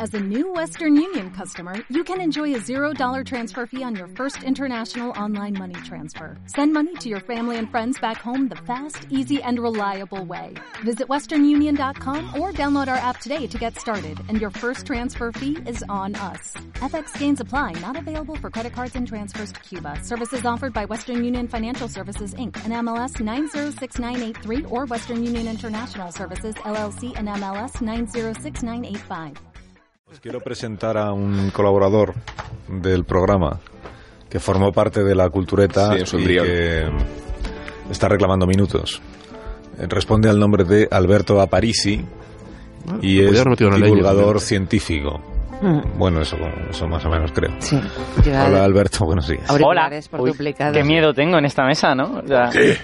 As a new Western Union customer, you can enjoy a $0 transfer fee on your first international online money transfer. Send money to your family and friends back home the fast, easy, and reliable way. Visit westernunion.com or download our app today to get started, and your first transfer fee is on us. FX gains apply. Not available for credit cards and transfers to Cuba. Services offered by Western Union Financial Services, Inc., and MLS 906983, or Western Union International Services, LLC, and MLS 906985. Pues quiero presentar a un colaborador del programa que formó parte de la Cultureta y que está reclamando minutos. Responde al nombre de Alberto Aparici y es divulgador científico. Bueno, eso más o menos creo. Sí. Hola, Alberto, buenos días. Hola. Uy, qué miedo tengo en esta mesa, ¿no? O sea, ¿qué?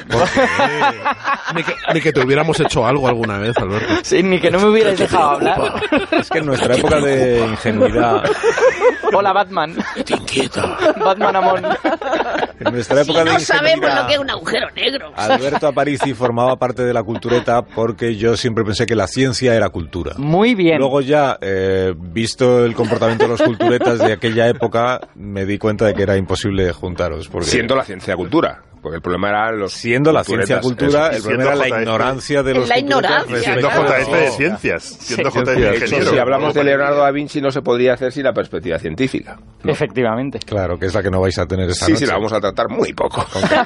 Ni que te hubiéramos hecho algo alguna vez, Alberto. Sí, ni que no me hubierais dejado hablar. Es que en nuestra época de ingenuidad... Hola, Batman. Te inquieta. Batman Amón. En nuestra época de ingenuidad... No sabemos lo que es un agujero negro. Alberto Aparici formaba parte de la Cultureta porque yo siempre pensé que la ciencia era cultura. Muy bien. Luego ya, visto el comportamiento de los culturetas de aquella época, me di cuenta de que era imposible juntaros. Porque... Siendo la ciencia cultura. Porque el problema era los... Siendo la ciencia cultura, el problema era la ignorancia de los culturetas. Siendo JF de ciencias. Siendo JF de ingeniero. Si hablamos de Leonardo da Vinci no se podría hacer sin la perspectiva científica. ¿No? Efectivamente. Claro, que es la que no vais a tener esta noche. Sí, la vamos a tratar muy poco.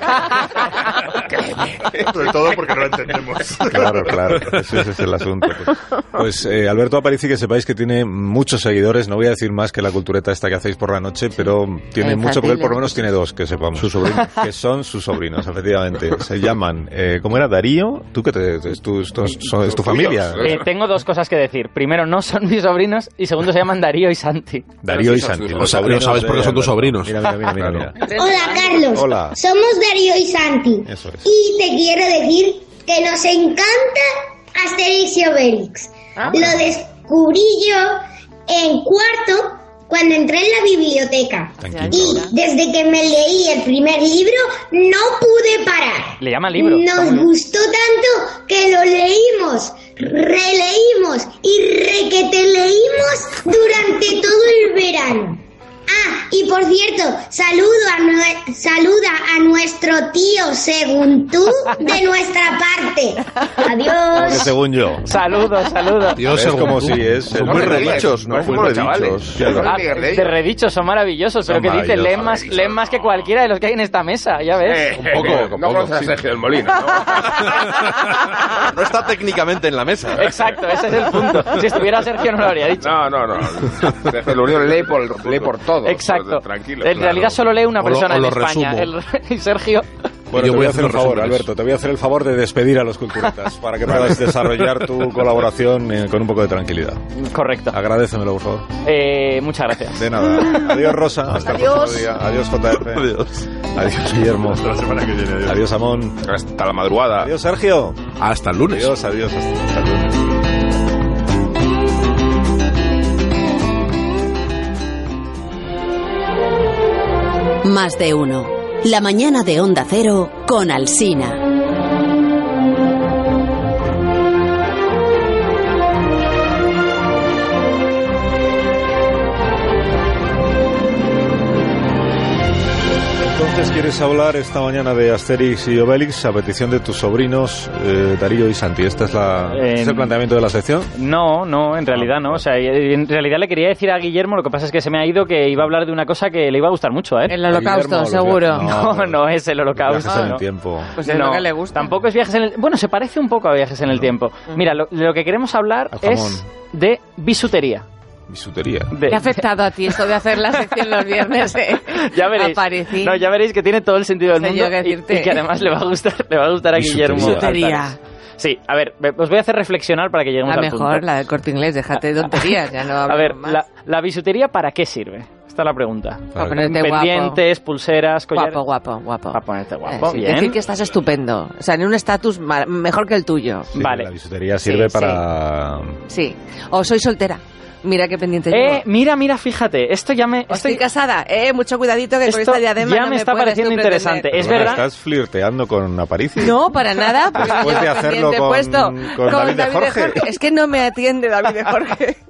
Sobre todo porque no la entendemos. Claro, ese es el asunto. Pues Alberto Aparici, que sepáis que tiene muchos seguidores, no voy a decir más que la Cultureta esta que hacéis por la noche, pero tiene mucho, porque él por lo menos tiene dos, que sepamos. Sus sobrinos. Que son sus sobrinos, efectivamente. Se llaman, ¿cómo era? ¿Darío? ¿Tú qué es tu familia? Tengo dos cosas que decir. Primero, no son mis sobrinos, y segundo, se llaman Darío y Santi. Darío y Santi. No sabes por qué son tus sobrinos. Mira. Hola, Carlos. Hola. Somos Darío y Santi. Eso es. Y te quiero decir que nos encanta Asterix y Obelix. Lo descubrí yo en cuarto cuando entré en la biblioteca. Y desde que me leí el primer libro, no pude parar. Le llama libro. Nos gustó tanto que lo leímos, releímos y requeteleímos durante todo el verano. Ah, y por cierto, saluda a nuestro tío según tú de nuestra parte. Adiós. Porque según yo. Saludos. Tío, es como si es. Son muy redichos, ¿no? Muy redichos. De redichos son maravillosos, pero que dicen, leen más que cualquiera de los que hay en esta mesa, ya ves. Un poco. No conoces a Sergio del Molino, ¿no? No está técnicamente en la mesa. Exacto, ese es el punto. Si estuviera Sergio no lo habría dicho. No. Sergio del Molino lee por todo. Exacto. Tranquilo. En realidad solo lee una persona en España. Y Sergio... Bueno, yo voy a hacer el favor, Alberto, te voy a hacer el favor de despedir a los culturetas para que puedas desarrollar tu colaboración con un poco de tranquilidad. Correcto. Agradécemelo, por favor. Muchas gracias. De nada. Adiós, Rosa. Hasta el próximo día. Adiós, JF. Adiós, Guillermo. Hasta la semana que viene. Adiós, Amón. Hasta la madrugada. Adiós, Sergio. Hasta el lunes. Adiós. Hasta el lunes. Más de uno. La mañana de Onda Cero con Alsina. Entonces, ¿quieres hablar esta mañana de Asterix y Obelix a petición de tus sobrinos Darío y Santi? ¿Este es el planteamiento de la sección? No, en realidad no. O sea, en realidad le quería decir a Guillermo, lo que pasa es que se me ha ido, que iba a hablar de una cosa que le iba a gustar mucho a él. El holocausto, seguro. No es el holocausto. Viajes en el tiempo. Pues es lo que le gusta. Tampoco es viajes en el... Bueno, se parece un poco a viajes en el tiempo. Mira, lo que queremos hablar es de bisutería. Bisutería. ¿Te ha afectado a ti esto de hacer la sección los viernes? Ya veréis. No, ya veréis que tiene todo el sentido del mundo y que además le va a gustar a Guillermo. Bisutería. Sí, a ver, os voy a hacer reflexionar para que lleguemos al punto. La mejor, la del Corte Inglés, déjate de tonterías, ya no a ver, más. La bisutería, ¿para qué sirve? Esta es la pregunta. Para ponerte pendientes, guapo. Pulseras, collares. Guapo. Para ponerte guapo, sí, bien. Decir que estás estupendo. O sea, en un estatus mejor que el tuyo. Sí, vale. La bisutería sirve para... Sí. O soy soltera. Mira qué pendiente llevo. Mira, fíjate, esto ya me... Estoy casada, mucho cuidadito que con esta diadema ya me está pareciendo interesante. Es verdad. ¿Estás flirteando con Aparici? No, para nada. Después de hacerlo con David de Jorge. Es que no me atiende David de Jorge.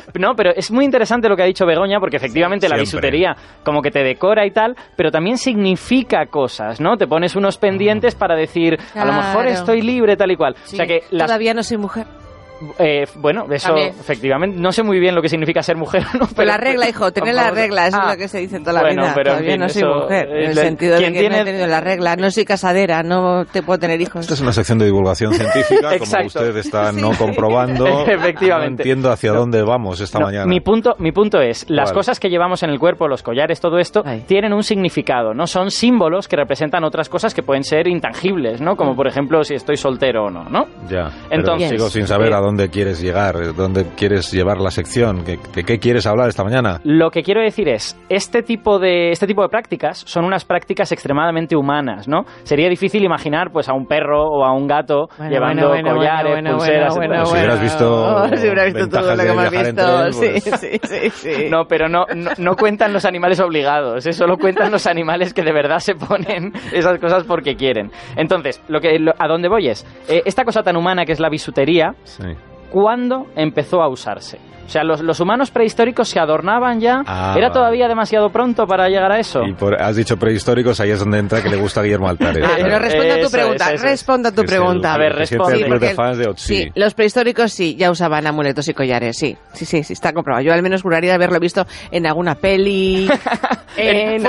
No, pero es muy interesante lo que ha dicho Begoña, porque efectivamente la bisutería como que te decora y tal, pero también significa cosas, ¿no? Te pones unos pendientes para decir, claro, a lo mejor estoy libre, tal y cual. Sí, o sea que todavía no soy mujer. Bueno, eso también. Efectivamente, no sé muy bien lo que significa ser mujer, ¿no? Pero la regla, hijo, tener la regla, eso es lo que se dice toda la vida. Pero todavía no soy mujer, en el sentido de que no he tenido la regla, no soy casadera, no te puedo tener hijos. Esta es una sección de divulgación científica, como usted está no comprobando. Efectivamente. No entiendo hacia dónde vamos esta mañana. Mi punto es, las cosas que llevamos en el cuerpo, los collares, todo esto, tienen un significado, ¿no? Son símbolos que representan otras cosas que pueden ser intangibles, ¿no? Como por ejemplo, si estoy soltero o no, ¿no? Ya, entonces sigo sin saber a dónde quieres llegar. ¿Dónde quieres llevar la sección? ¿De qué quieres hablar esta mañana? Lo que quiero decir es, este tipo de prácticas son unas prácticas extremadamente humanas, ¿no? Sería difícil imaginar pues a un perro o a un gato llevando collares, pulseras... Si hubieras visto todo lo que me has visto, sí. No, pero no cuentan los animales obligados, solo cuentan los animales que de verdad se ponen esas cosas porque quieren. Entonces, a dónde voy es, esta cosa tan humana que es la bisutería... Sí. ¿Cuándo empezó a usarse? O sea, los humanos prehistóricos se adornaban ya. ¿Era todavía demasiado pronto para llegar a eso? Y has dicho prehistóricos, ahí es donde entra que le gusta Guillermo Altares. Pero responda a tu pregunta, responda a tu pregunta. A ver, responde. Sí, los prehistóricos sí, ya usaban amuletos y collares, sí, está comprobado. Yo al menos juraría haberlo visto en alguna peli, en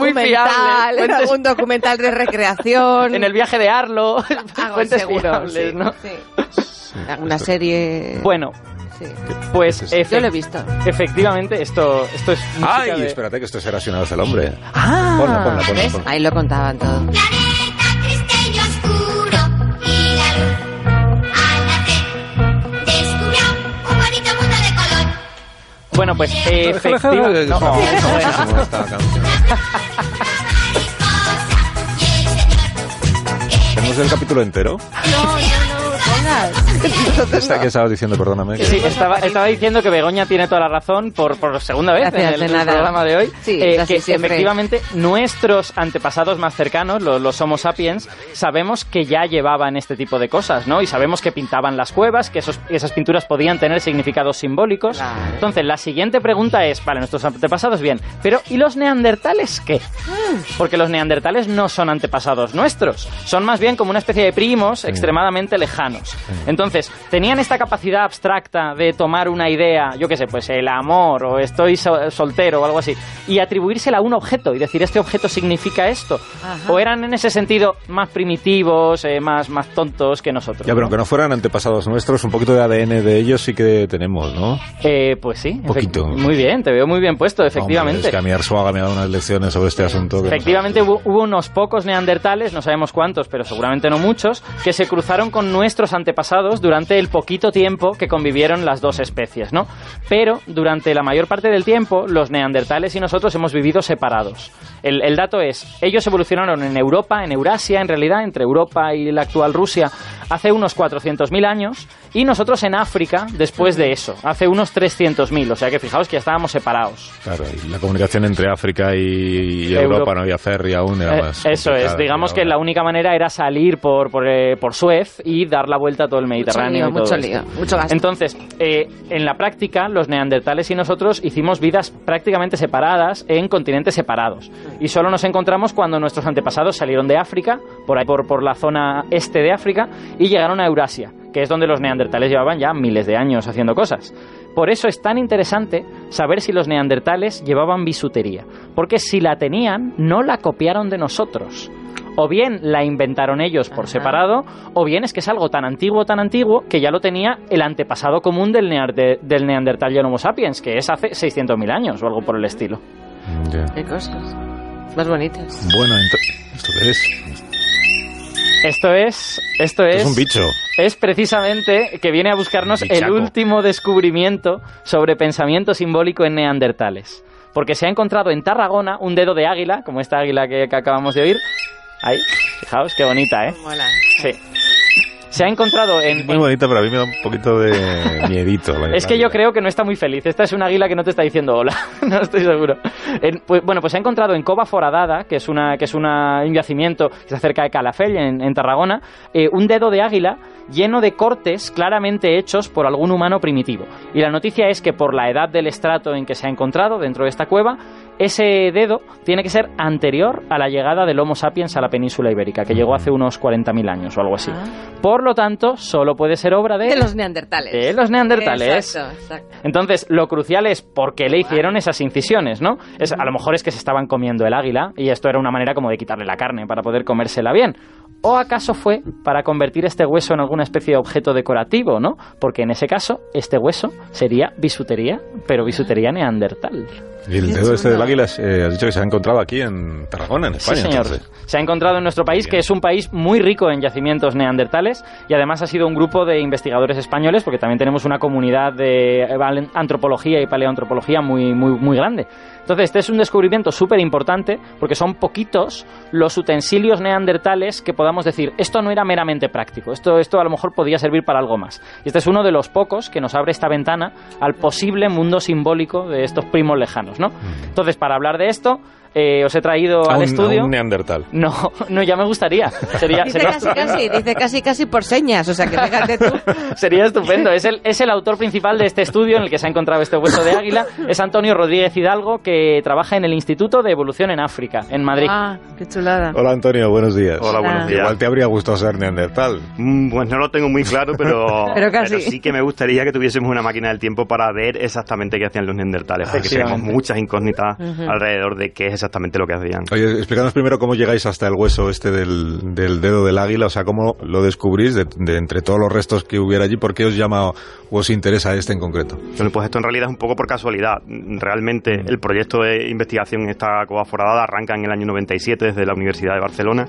algún documental de recreación. En el viaje de Arlo. Fuentes fiables, ¿no? Sí. Una serie... Bueno, sí. Pues yo lo he visto. Efectivamente, esto es música espérate, que esto es Erasionados del Hombre. Ponla. Ahí lo contaban todo. Planeta triste y oscuro, y la luz al nacer descubrió un bonito mundo de color. Bueno, pues efectivamente... ¿Tenemos el capítulo entero? No. ¿Qué estabas diciendo? Perdóname. Sí, estaba diciendo que Begoña tiene toda la razón por segunda vez en el programa de hoy. Sí, que efectivamente nuestros antepasados más cercanos, los Homo sapiens, sabemos que ya llevaban este tipo de cosas, ¿no? Y sabemos que pintaban las cuevas, que esas pinturas podían tener significados simbólicos. Claro. Entonces, la siguiente pregunta es, vale, nuestros antepasados bien, pero ¿y los neandertales qué? Porque los neandertales no son antepasados nuestros, son más bien como una especie de primos extremadamente lejanos. Entonces, tenían esta capacidad abstracta de tomar una idea, yo qué sé, pues el amor o estoy soltero o algo así, y atribuírsela a un objeto y decir, este objeto significa esto. Ajá. O eran en ese sentido más primitivos, más tontos que nosotros. Ya, pero aunque no fueran antepasados nuestros, un poquito de ADN de ellos sí que tenemos, ¿no? Pues sí. Un poquito. Muy bien, te veo muy bien puesto, efectivamente. Hombre, es que a mí Arzuaga me ha dado unas lecciones sobre este asunto. Efectivamente, hubo unos pocos neandertales, no sabemos cuántos, pero seguramente no muchos, que se cruzaron con nuestros antepasados durante el poquito tiempo que convivieron las dos especies, ¿no? Pero durante la mayor parte del tiempo, los neandertales y nosotros hemos vivido separados. El dato es, ellos evolucionaron en Europa, en Eurasia, en realidad, entre Europa y la actual Rusia, hace unos 400.000 años, y nosotros en África, después de eso, hace unos 300.000, o sea que fijaos que ya estábamos separados. Claro, y la comunicación entre África y Europa no había ferry aún, era más eso es, digamos que la única manera era salir por Suez y dar la vuelta a todo el Mediterráneo. Mucho lío, mucho gasto. Entonces, en la práctica, los neandertales y nosotros hicimos vidas prácticamente separadas en continentes separados. Y solo nos encontramos cuando nuestros antepasados salieron de África, por ahí por la zona este de África, y llegaron a Eurasia, que es donde los neandertales llevaban ya miles de años haciendo cosas. Por eso es tan interesante saber si los neandertales llevaban bisutería, porque si la tenían, no la copiaron de nosotros. O bien la inventaron ellos por separado, o bien es que es algo tan antiguo, que ya lo tenía el antepasado común del Neandertal y el Homo sapiens, que es hace 600.000 años o algo por el estilo. Yeah. ¿Qué cosas? Más bonitas. Bueno, ¿esto qué es? Esto es un bicho. Es precisamente que viene a buscarnos el último descubrimiento sobre pensamiento simbólico en neandertales. Porque se ha encontrado en Tarragona un dedo de águila, como esta águila que acabamos de oír. Ahí, fijaos, qué bonita, ¿eh? Mola. Sí. Se ha encontrado muy bonita, pero a mí me da un poquito de miedito. Es que yo creo que no está muy feliz. Esta es un águila que no te está diciendo hola. No estoy seguro. Pues se ha encontrado en Cova Foradada, que es un yacimiento que está cerca de Calafell, en Tarragona, un dedo de águila lleno de cortes claramente hechos por algún humano primitivo. Y la noticia es que por la edad del estrato en que se ha encontrado dentro de esta cueva, ese dedo tiene que ser anterior a la llegada del Homo sapiens a la península ibérica, que llegó hace unos 40.000 años o algo así. Por lo tanto, solo puede ser obra de los neandertales. De los neandertales. Exacto. Entonces, lo crucial es por qué le hicieron esas incisiones, ¿no? A lo mejor es que se estaban comiendo el águila y esto era una manera como de quitarle la carne para poder comérsela bien. ¿O acaso fue para convertir este hueso en alguna especie de objeto decorativo, ¿no? Porque en ese caso, este hueso sería bisutería, pero bisutería neandertal. Y el dedo del águila, has dicho que se ha encontrado aquí en Tarragona, en España. Sí, señor. Entonces. Se ha encontrado en nuestro país, que es un país muy rico en yacimientos neandertales, y además ha sido un grupo de investigadores españoles, porque también tenemos una comunidad de antropología y paleoantropología muy grande. Entonces, este es un descubrimiento súper importante, porque son poquitos los utensilios neandertales que podamos decir, esto no era meramente práctico, esto a lo mejor podía servir para algo más. Y este es uno de los pocos que nos abre esta ventana al posible mundo simbólico de estos primos lejanos, ¿no? Entonces, para hablar de esto, os he traído al estudio... ¿A un neandertal? No, ya me gustaría. Dice casi por señas, o sea que fíjate tú. Sería estupendo. Es el autor principal de este estudio en el que se ha encontrado este hueso de águila. Es Antonio Rodríguez Hidalgo, que trabaja en el Instituto de Evolución en África, en Madrid. Ah, qué chulada. Hola, Antonio, buenos días. Hola, buenos días. Igual te habría gustado ser neandertal. Pues no lo tengo muy claro, pero sí que me gustaría que tuviésemos una máquina del tiempo para ver exactamente qué hacían los neandertales, porque tenemos muchas incógnitas alrededor de qué es exactamente lo que hacían. Oye, explícanos primero cómo llegáis hasta el hueso este del dedo del águila, o sea, cómo lo descubrís de entre todos los restos que hubiera allí, ¿por qué os llama o os interesa este en concreto? Bueno, pues esto en realidad es un poco por casualidad. Realmente el proyecto de investigación en esta Cova Foradada arranca en el año 97 desde la Universidad de Barcelona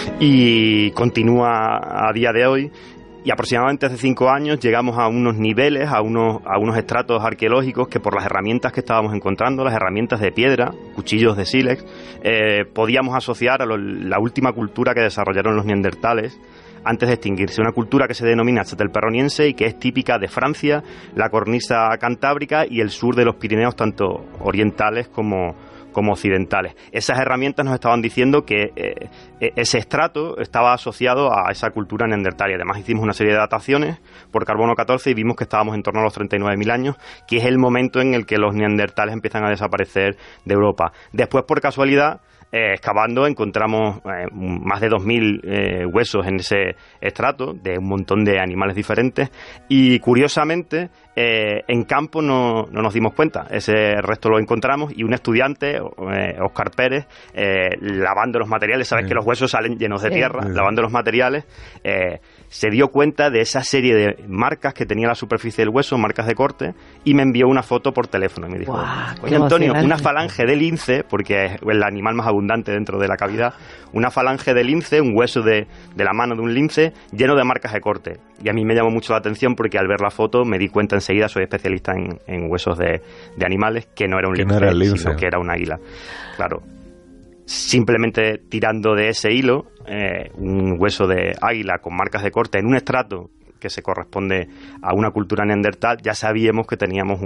y continúa a día de hoy. Y aproximadamente hace 5 años llegamos a unos niveles, a unos estratos arqueológicos que por las herramientas que estábamos encontrando, las herramientas de piedra, cuchillos de sílex, podíamos asociar a la última cultura que desarrollaron los neandertales antes de extinguirse. Una cultura que se denomina châtelperroniense y que es típica de Francia, la cornisa cantábrica y el sur de los Pirineos, tanto orientales como occidentales. Esas herramientas nos estaban diciendo que ese estrato estaba asociado a esa cultura neandertal. Además hicimos una serie de dataciones por carbono 14 y vimos que estábamos en torno a los 39.000 años, que es el momento en el que los neandertales empiezan a desaparecer de Europa. Después, por casualidad, excavando encontramos más de 2.000 huesos en ese estrato de un montón de animales diferentes y curiosamente en campo no nos dimos cuenta. Ese resto lo encontramos y un estudiante, Óscar Pérez, lavando los materiales, sabes que los huesos salen llenos de tierra, lavando los materiales, se dio cuenta de esa serie de marcas que tenía la superficie del hueso, marcas de corte, y me envió una foto por teléfono y me dijo, oye Antonio, una falange de lince, porque es el animal más abundante dentro de la cavidad, una falange de lince, un hueso de la mano de un lince lleno de marcas de corte. Y a mí me llamó mucho la atención porque al ver la foto me di cuenta enseguida, soy especialista en huesos de animales, que no era un lince, sino que era un águila. Claro, simplemente tirando de ese hilo, un hueso de águila con marcas de corte en un estrato que se corresponde a una cultura neandertal, ya sabíamos que teníamos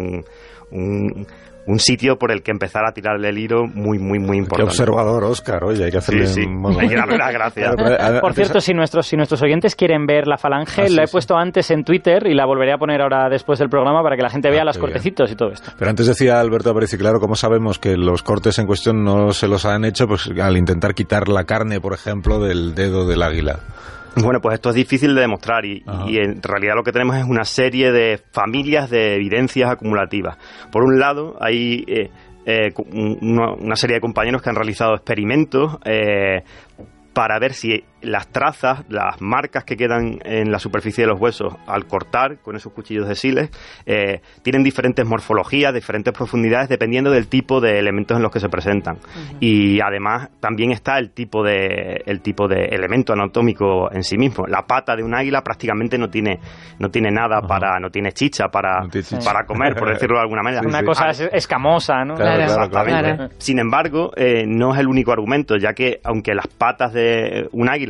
un sitio por el que empezar a tirarle el hilo muy importante. Qué observador, Óscar. Oye, hay que hacerle hay que darle las gracias. Por cierto, si nuestros oyentes quieren ver la falange, la he puesto antes en Twitter y la volveré a poner ahora después del programa para que la gente vea los cortecitos y todo esto. Pero antes decía Alberto Aparici, claro, ¿cómo sabemos que los cortes en cuestión no se los han hecho? Pues al intentar quitar la carne, por ejemplo, del dedo del águila. Bueno, pues esto es difícil de demostrar y en realidad lo que tenemos es una serie de familias de evidencias acumulativas. Por un lado, hay una serie de compañeros que han realizado experimentos para ver si las trazas, las marcas que quedan en la superficie de los huesos al cortar con esos cuchillos de sílex tienen diferentes morfologías, diferentes profundidades dependiendo del tipo de elementos en los que se presentan. Y además también está el tipo de elemento anatómico en sí mismo. La pata de un águila prácticamente no tiene nada no tiene chicha para comer, por decirlo de alguna manera. Una cosa escamosa, ¿no? Claro, exactamente. Claro. Sin embargo, no es el único argumento, ya que aunque las patas de un águila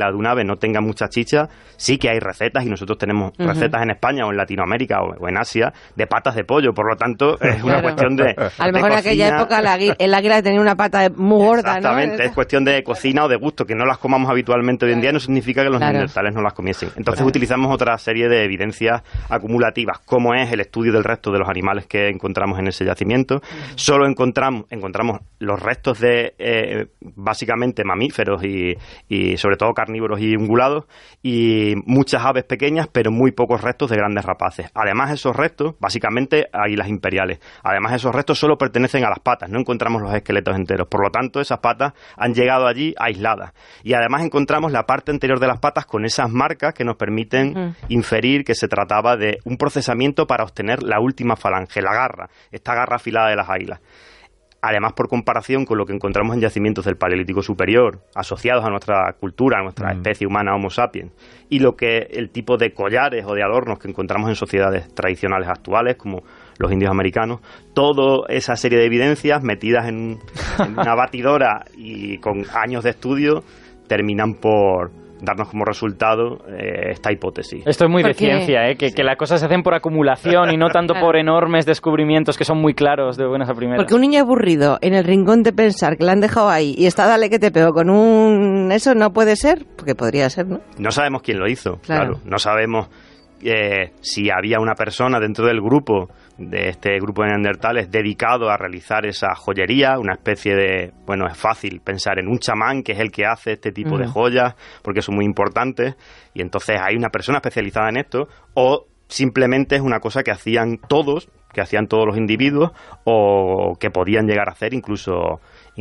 la de un ave no tenga mucha chicha, sí que hay recetas, y nosotros tenemos recetas en España o en Latinoamérica o en Asia de patas de pollo, por lo tanto es una cuestión de a lo mejor en aquella época el águila tenía una pata muy gorda, exactamente, ¿no? Es cuestión de cocina o de gusto, que no las comamos habitualmente hoy en día no significa que los neandertales no las comiesen. Entonces utilizamos otra serie de evidencias acumulativas, como es el estudio del resto de los animales que encontramos en ese yacimiento. Solo encontramos los restos de básicamente mamíferos y sobre todo carnívoros y ungulados, y muchas aves pequeñas, pero muy pocos restos de grandes rapaces. Además, esos restos, básicamente águilas imperiales, además esos restos solo pertenecen a las patas, no encontramos los esqueletos enteros. Por lo tanto, esas patas han llegado allí aisladas. Y además encontramos la parte anterior de las patas con esas marcas que nos permiten inferir que se trataba de un procesamiento para obtener la última falange, la garra, esta garra afilada de las águilas. Además, por comparación con lo que encontramos en yacimientos del Paleolítico Superior, asociados a nuestra cultura, a nuestra especie humana Homo sapiens, y el tipo de collares o de adornos que encontramos en sociedades tradicionales actuales, como los indios americanos, toda esa serie de evidencias metidas en una batidora y con años de estudio, terminan por darnos como resultado esta hipótesis. Esto es muy de ciencia, que las cosas se hacen por acumulación y no tanto por enormes descubrimientos que son muy claros de buenas a primeras. Porque un niño aburrido en el rincón de pensar que le han dejado ahí y está dale que te pego con eso no puede ser, porque podría ser, ¿no? No sabemos quién lo hizo, claro. No sabemos si había una persona dentro del grupo, de este grupo de neandertales, dedicado a realizar esa joyería, una especie de, bueno, es fácil pensar en un chamán que es el que hace este tipo de joyas, porque son muy importantes, y entonces hay una persona especializada en esto, o simplemente es una cosa que hacían todos los individuos, o que podían llegar a hacer incluso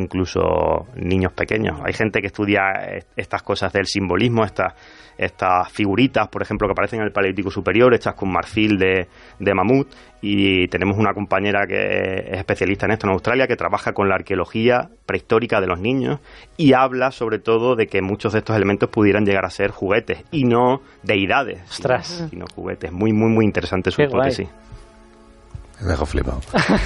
niños pequeños. Hay gente que estudia estas cosas del simbolismo, estas figuritas, por ejemplo, que aparecen en el Paleolítico Superior, hechas con marfil de mamut, y tenemos una compañera que es especialista en esto en Australia, que trabaja con la arqueología prehistórica de los niños, y habla sobre todo de que muchos de estos elementos pudieran llegar a ser juguetes, y no deidades, sino juguetes. Muy, muy, muy interesante su hipótesis. Me dejo flipado.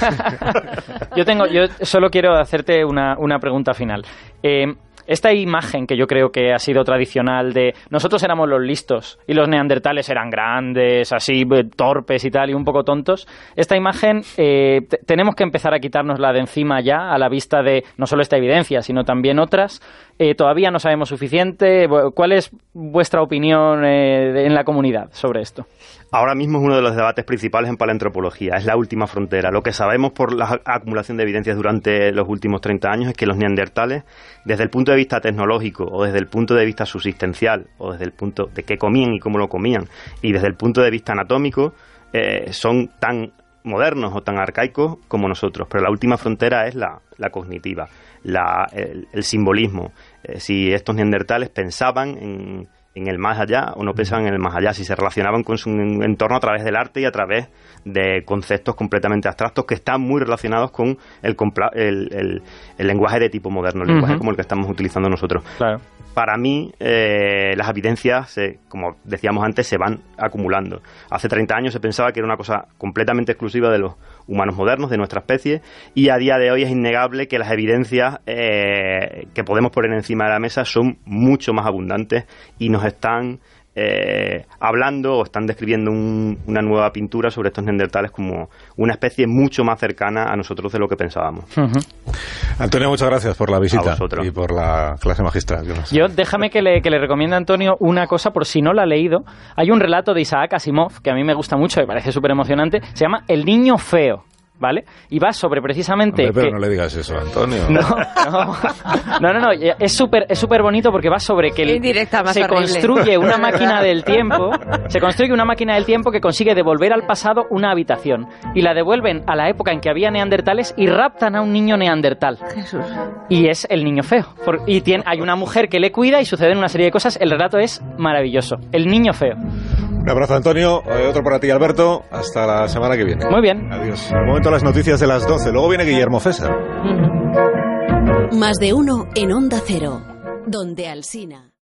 Yo solo quiero hacerte una pregunta final. Esta imagen que yo creo que ha sido tradicional de nosotros éramos los listos y los neandertales eran grandes, así torpes y tal, y un poco tontos, esta imagen tenemos que empezar a quitárnosla de encima ya, a la vista de no solo esta evidencia, sino también otras. Todavía no sabemos suficiente. ¿Cuál es vuestra opinión en la comunidad sobre esto? Ahora mismo es uno de los debates principales en paleantropología, es la última frontera. Lo que sabemos por la acumulación de evidencias durante los últimos 30 años es que los neandertales, desde el punto de vista tecnológico, o desde el punto de vista subsistencial, o desde el punto de qué comían y cómo lo comían, y desde el punto de vista anatómico, son tan modernos o tan arcaicos como nosotros. Pero la última frontera es la cognitiva, el simbolismo. Si estos neandertales pensaban en el más allá o no pensaban en el más allá, si se relacionaban con su entorno a través del arte y a través de conceptos completamente abstractos que están muy relacionados con el lenguaje de tipo moderno, el lenguaje como el que estamos utilizando nosotros. Claro. Para mí, las evidencias, como decíamos antes, se van acumulando. Hace 30 años se pensaba que era una cosa completamente exclusiva de los humanos modernos, de nuestra especie, y a día de hoy es innegable que las evidencias que podemos poner encima de la mesa son mucho más abundantes y nos están hablando o están describiendo una nueva pintura sobre estos neandertales como una especie mucho más cercana a nosotros de lo que pensábamos. Antonio, muchas gracias por la visita y por la clase magistral. Yo déjame que le recomiende a Antonio una cosa, por si no la ha leído. Hay un relato de Isaac Asimov que a mí me gusta mucho, me parece súper emocionante, se llama El niño feo, ¿vale? Y va sobre precisamente... Hombre, pero no le digas eso, Antonio. No, es súper bonito porque va sobre que se construye una máquina del tiempo, que consigue devolver al pasado una habitación y la devuelven a la época en que había neandertales y raptan a un niño neandertal. Jesús. Y es el niño feo. Hay una mujer que le cuida y suceden una serie de cosas. El relato es maravilloso. El niño feo. Un abrazo, Antonio. Otro para ti, Alberto. Hasta la semana que viene. Muy bien. Adiós. De momento las noticias de las 12. Luego viene Guillermo César. Más de uno en Onda Cero. Donde Alsina.